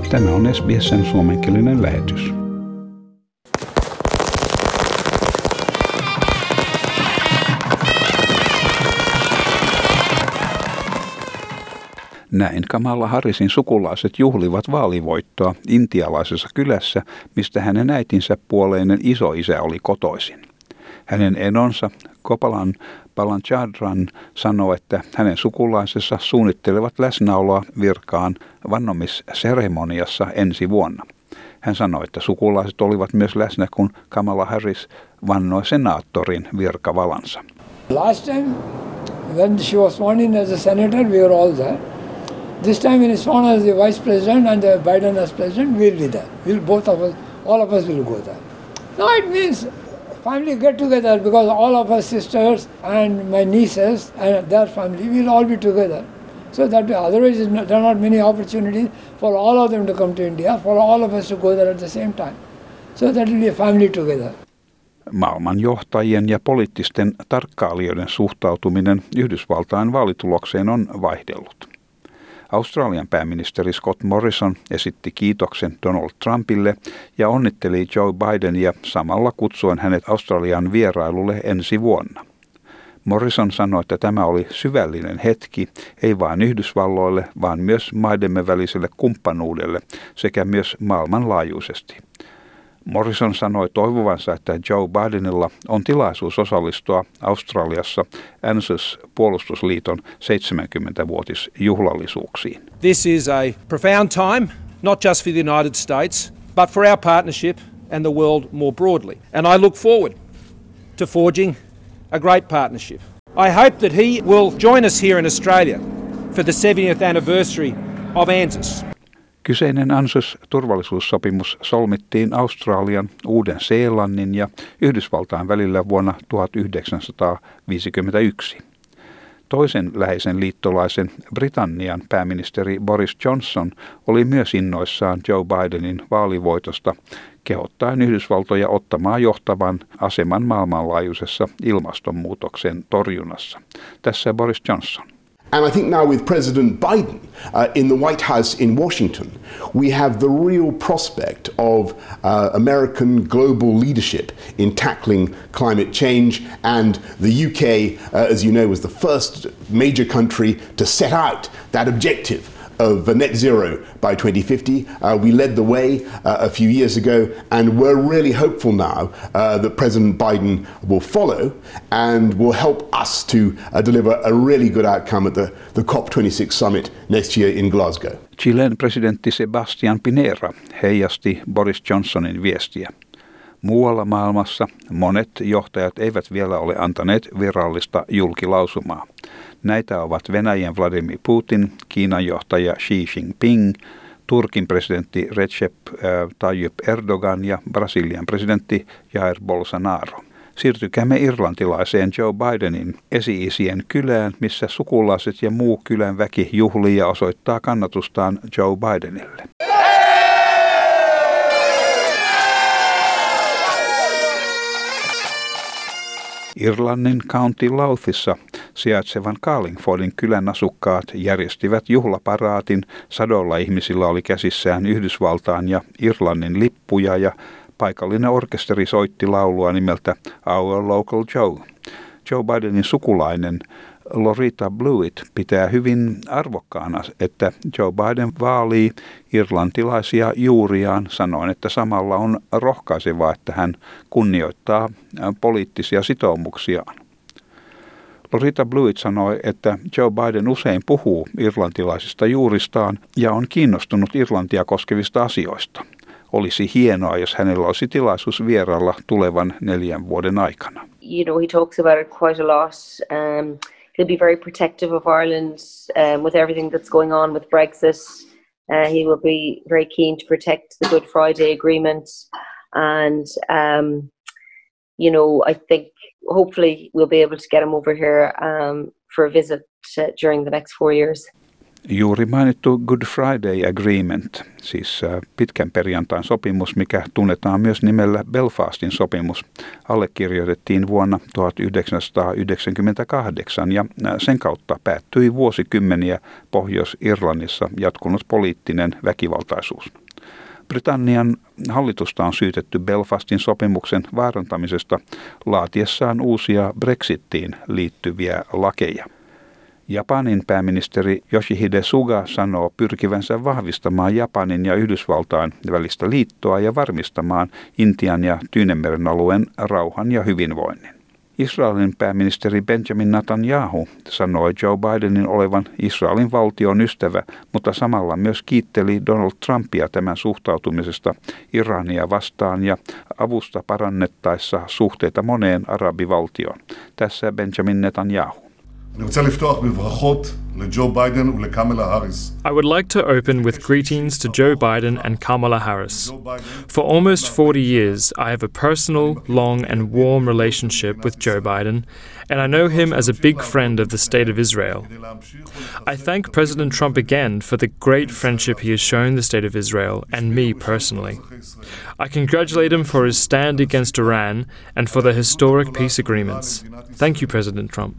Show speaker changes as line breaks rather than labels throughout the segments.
Tämä on SBS:n suomenkielinen lähetys. Näin Kamala Harrisin sukulaiset juhlivat vaalivoittoa intialaisessa kylässä, mistä hänen äitinsä puoleinen isoisä oli kotoisin. Hänen enonsa Gopalan Balachandran sanoi, että hänen sukulaisensa suunnittelevat läsnäoloa virkaan vannomisseremoniassa ensi vuonna. Hän sanoi, että sukulaiset olivat myös läsnä, kun Kamala Harris vannoi senaattorin virkavalansa.
Last time when she was sworn in as a senator, we were all there. This time when he sworn as the vice president and Biden as president, we'll be there. All of us will go there. No, it means family get together because all of us sisters and my nieces and their family will all be together. So that otherwise there are not many opportunities for all of them to come to India, for all of us to go there at the same time. So that will be a family together.
Maailman johtajien ja poliittisten tarkkailijoiden suhtautuminen Yhdysvaltain vaalitulokseen on vaihdellut. Australian pääministeri Scott Morrison esitti kiitoksen Donald Trumpille ja onnitteli Joe Bidenia samalla kutsuen hänet Australian vierailulle ensi vuonna. Morrison sanoi, että tämä oli syvällinen hetki, ei vain Yhdysvalloille, vaan myös maidemme väliselle kumppanuudelle sekä myös maailmanlaajuisesti. Morrison sanoi toivovansa, että Joe Bidenilla on tilaisuus osallistua Australiassa ANZUS-puolustusliiton 70-vuotisjuhlallisuuksiin.
This is a profound time, not just for the United States, but for our partnership and the world more broadly. And I look forward to forging a great partnership. I hope that he will join us here in Australia for the 70th anniversary of ANZUS.
Kyseinen ANZUS-turvallisuussopimus solmittiin Australian, Uuden-Seelannin ja Yhdysvaltain välillä vuonna 1951. Toisen läheisen liittolaisen Britannian pääministeri Boris Johnson oli myös innoissaan Joe Bidenin vaalivoitosta, kehottaen Yhdysvaltoja ottamaan johtavan aseman maailmanlaajuisessa ilmastonmuutoksen torjunnassa. Tässä Boris Johnson.
And I think now with President Biden in the White House in Washington, we have the real prospect of American global leadership in tackling climate change. And the UK, as you know, was the first major country to set out that objective of net zero by 2050. We led the way a few years ago, and we're really hopeful now that President Biden will follow and will help us to deliver a really good outcome at the COP26 summit next year in Glasgow.
Chilen presidentti Sebastián Pinera heijasti Boris Johnsonin viestiä. Muualla maailmassa monet johtajat eivät vielä ole antaneet virallista julkilausumaa. Näitä ovat Venäjän Vladimir Putin, Kiinan johtaja Xi Jinping, Turkin presidentti Recep Tayyip Erdogan ja Brasilian presidentti Jair Bolsonaro. Siirtykäämme irlantilaiseen Joe Bidenin esi-isien kylään, missä sukulaiset ja muu kylän väki juhlii ja osoittaa kannatustaan Joe Bidenille. Irlannin County Louthissa sijaitsevan Carlingfordin kylän asukkaat järjestivät juhlaparaatin. Sadoilla ihmisillä oli käsissään Yhdysvaltain ja Irlannin lippuja ja paikallinen orkesteri soitti laulua nimeltä Our Local Joe. Joe Bidenin sukulainen Loretta Blewett pitää hyvin arvokkaana, että Joe Biden vaalii irlantilaisia juuriaan, sanoen, että samalla on rohkaisevaa, että hän kunnioittaa poliittisia sitoumuksiaan. Loretta Blewett sanoi, että Joe Biden usein puhuu irlantilaisista juuristaan ja on kiinnostunut Irlantia koskevista asioista. Olisi hienoa, jos hänellä olisi tilaisuus vierailla tulevan 4 vuoden aikana.
You know, he talks about it quite a lot. He'll be very protective of Ireland with everything that's going on with Brexit. He will be very keen to protect the Good Friday Agreement. And, you know, I think hopefully we'll be able to get him over here for a visit during the next 4 years.
Juuri mainittu Good Friday Agreement, siis pitkän perjantain sopimus, mikä tunnetaan myös nimellä Belfastin sopimus, allekirjoitettiin vuonna 1998 ja sen kautta päättyi vuosikymmeniä Pohjois-Irlannissa jatkunut poliittinen väkivaltaisuus. Britannian hallitusta on syytetty Belfastin sopimuksen vaarantamisesta laatiessaan uusia Brexittiin liittyviä lakeja. Japanin pääministeri Yoshihide Suga sanoo pyrkivänsä vahvistamaan Japanin ja Yhdysvaltain välistä liittoa ja varmistamaan Intian ja Tyynenmeren alueen rauhan ja hyvinvoinnin. Israelin pääministeri Benjamin Netanyahu sanoi Joe Bidenin olevan Israelin valtion ystävä, mutta samalla myös kiitteli Donald Trumpia tämän suhtautumisesta Irania vastaan ja avusta parannettaessa suhteita moneen arabivaltioon. Tässä Benjamin Netanyahu.
I would like to open with greetings to Joe Biden and Kamala Harris. For almost 40 years, I have a personal, long and warm relationship with Joe Biden, and I know him as a big friend of the State of Israel. I thank President Trump again for the great friendship he has shown the State of Israel and me personally. I congratulate him for his stand against Iran and for the historic peace agreements. Thank you, President Trump.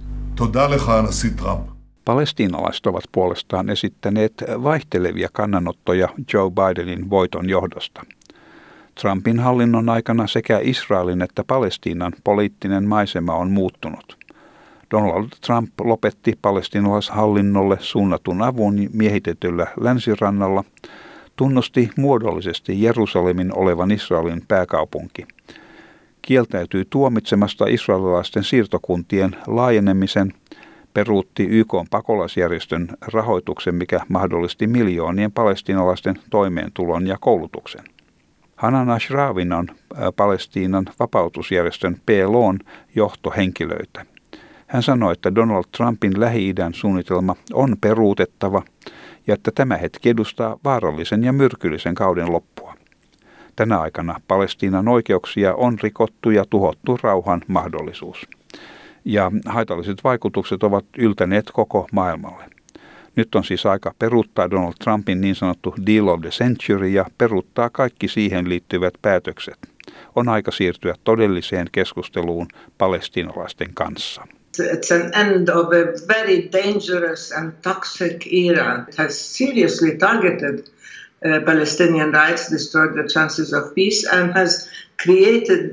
Palestiinalaiset ovat puolestaan esittäneet vaihtelevia kannanottoja Joe Bidenin voiton johdosta. Trumpin hallinnon aikana sekä Israelin että Palestiinan poliittinen maisema on muuttunut. Donald Trump lopetti palestiinalaishallinnolle suunnatun avun miehitetyllä länsirannalla, tunnusti muodollisesti Jerusalemin olevan Israelin pääkaupunki, kieltäytyi tuomitsemasta israelilaisten siirtokuntien laajenemisen, peruutti YK:n pakolaisjärjestön rahoituksen, mikä mahdollisti miljoonien palestiinalaisten toimeentulon ja koulutuksen. Hanan Ashravin on Palestiinan vapautusjärjestön PLO:n johtohenkilöitä. Hän sanoi, että Donald Trumpin Lähi-idän suunnitelma on peruutettava ja että tämä hetki edustaa vaarallisen ja myrkyllisen kauden loppua. Tänä aikana Palestiinan oikeuksia on rikottu ja tuhottu rauhan mahdollisuus. Ja haitalliset vaikutukset ovat yltäneet koko maailmalle. Nyt on siis aika peruuttaa Donald Trumpin niin sanottu Deal of the Century ja peruuttaa kaikki siihen liittyvät päätökset. On aika siirtyä todelliseen keskusteluun palestiinalaisten kanssa.
It's an end of a very dangerous and toxic era. It has seriously targeted Palestinian rights, destroyed the chances of peace, and has created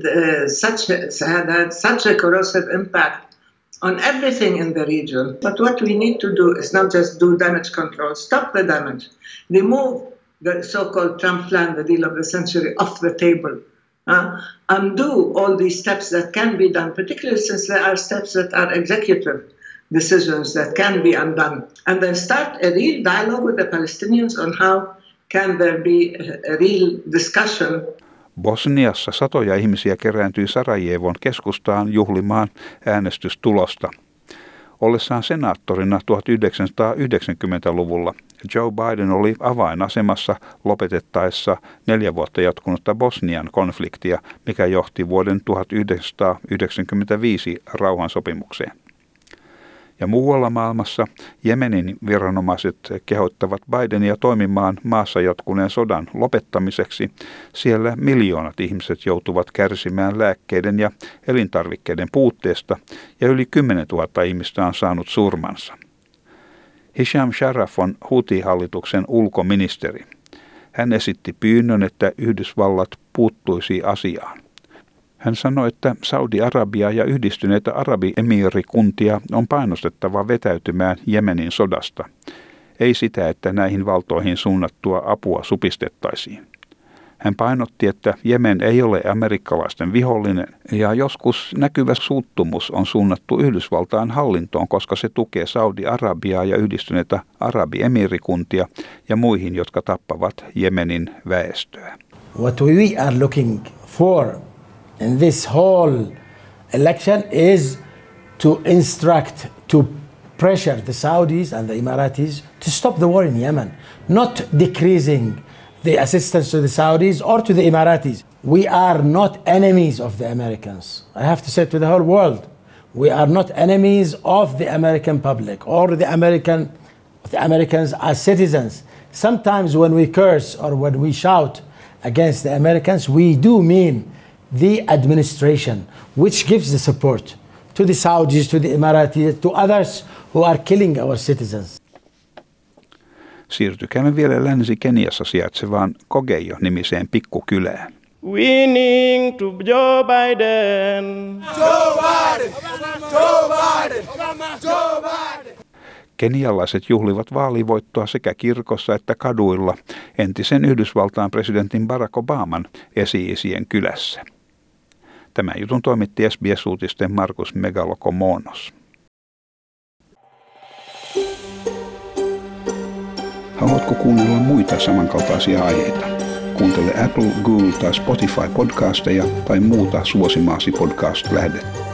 had such a corrosive impact on everything in the region. But what we need to do is not just do damage control, stop the damage, remove the so-called Trump plan, the deal of the century, off the table. Undo all these steps that can be done, particularly since there are steps that are executive decisions that can be undone. And then start a real dialogue with the Palestinians on how can there be a real discussion.
Bosniassa satoja ihmisiä kerääntyi Sarajevon keskustaan juhlimaan äänestystulosta. Ollessaan senaattorina 1990-luvulla Joe Biden oli avainasemassa lopetettaessa 4 vuotta jatkunutta Bosnian konfliktia, mikä johti vuoden 1995 rauhansopimukseen. Ja muualla maailmassa Jemenin viranomaiset kehottavat Bidenia toimimaan maassa jatkuneen sodan lopettamiseksi. Siellä miljoonat ihmiset joutuvat kärsimään lääkkeiden ja elintarvikkeiden puutteesta ja yli 10 000 ihmistä on saanut surmansa. Hisham Sharaf on Houthi-hallituksen ulkoministeri. Hän esitti pyynnön, että Yhdysvallat puuttuisi asiaan. Hän sanoi, että Saudi-Arabia ja yhdistyneitä arabiemiirikuntia on painostettava vetäytymään Jemenin sodasta. Ei sitä, että näihin valtoihin suunnattua apua supistettaisiin. Hän painotti, että Jemen ei ole amerikkalaisten vihollinen ja joskus näkyvä suuttumus on suunnattu Yhdysvaltain hallintoon, koska se tukee Saudi-Arabiaa ja yhdistyneitä arabiemiirikuntia ja muihin, jotka tappavat Jemenin väestöä.
What we are looking for in this whole election is to instruct, to pressure the Saudis and the Emiratis to stop the war in Yemen, not decreasing the assistance to the Saudis or to the Emiratis. We are not enemies of the Americans. I have to say to the whole world, we are not enemies of the American public or the American the Americans as citizens. Sometimes when we curse or when we shout against the Americans, we do mean the administration, which gives the support to the Saudis, to the Emiratis, to others who are killing our citizens.
Siirtykäämme vielä Länsi-Keniassa sijaitsevaan Kogeio-nimiseen pikkukylään.
Winning to Joe Biden.
Joe Biden. Joe Biden. Joe Biden.
Kenialaiset juhlivat vaalivoittoa sekä kirkossa että kaduilla entisen Yhdysvaltain presidentin Barack Obaman esi-isien kylässä. Tämän jutun toimitti SBS-uutisten Markus Megalokomonos. Haluatko kuunnella muita samankaltaisia aiheita? Kuuntele Apple, Google tai Spotify podcasteja tai muuta suosimaasi podcast-lähdettä.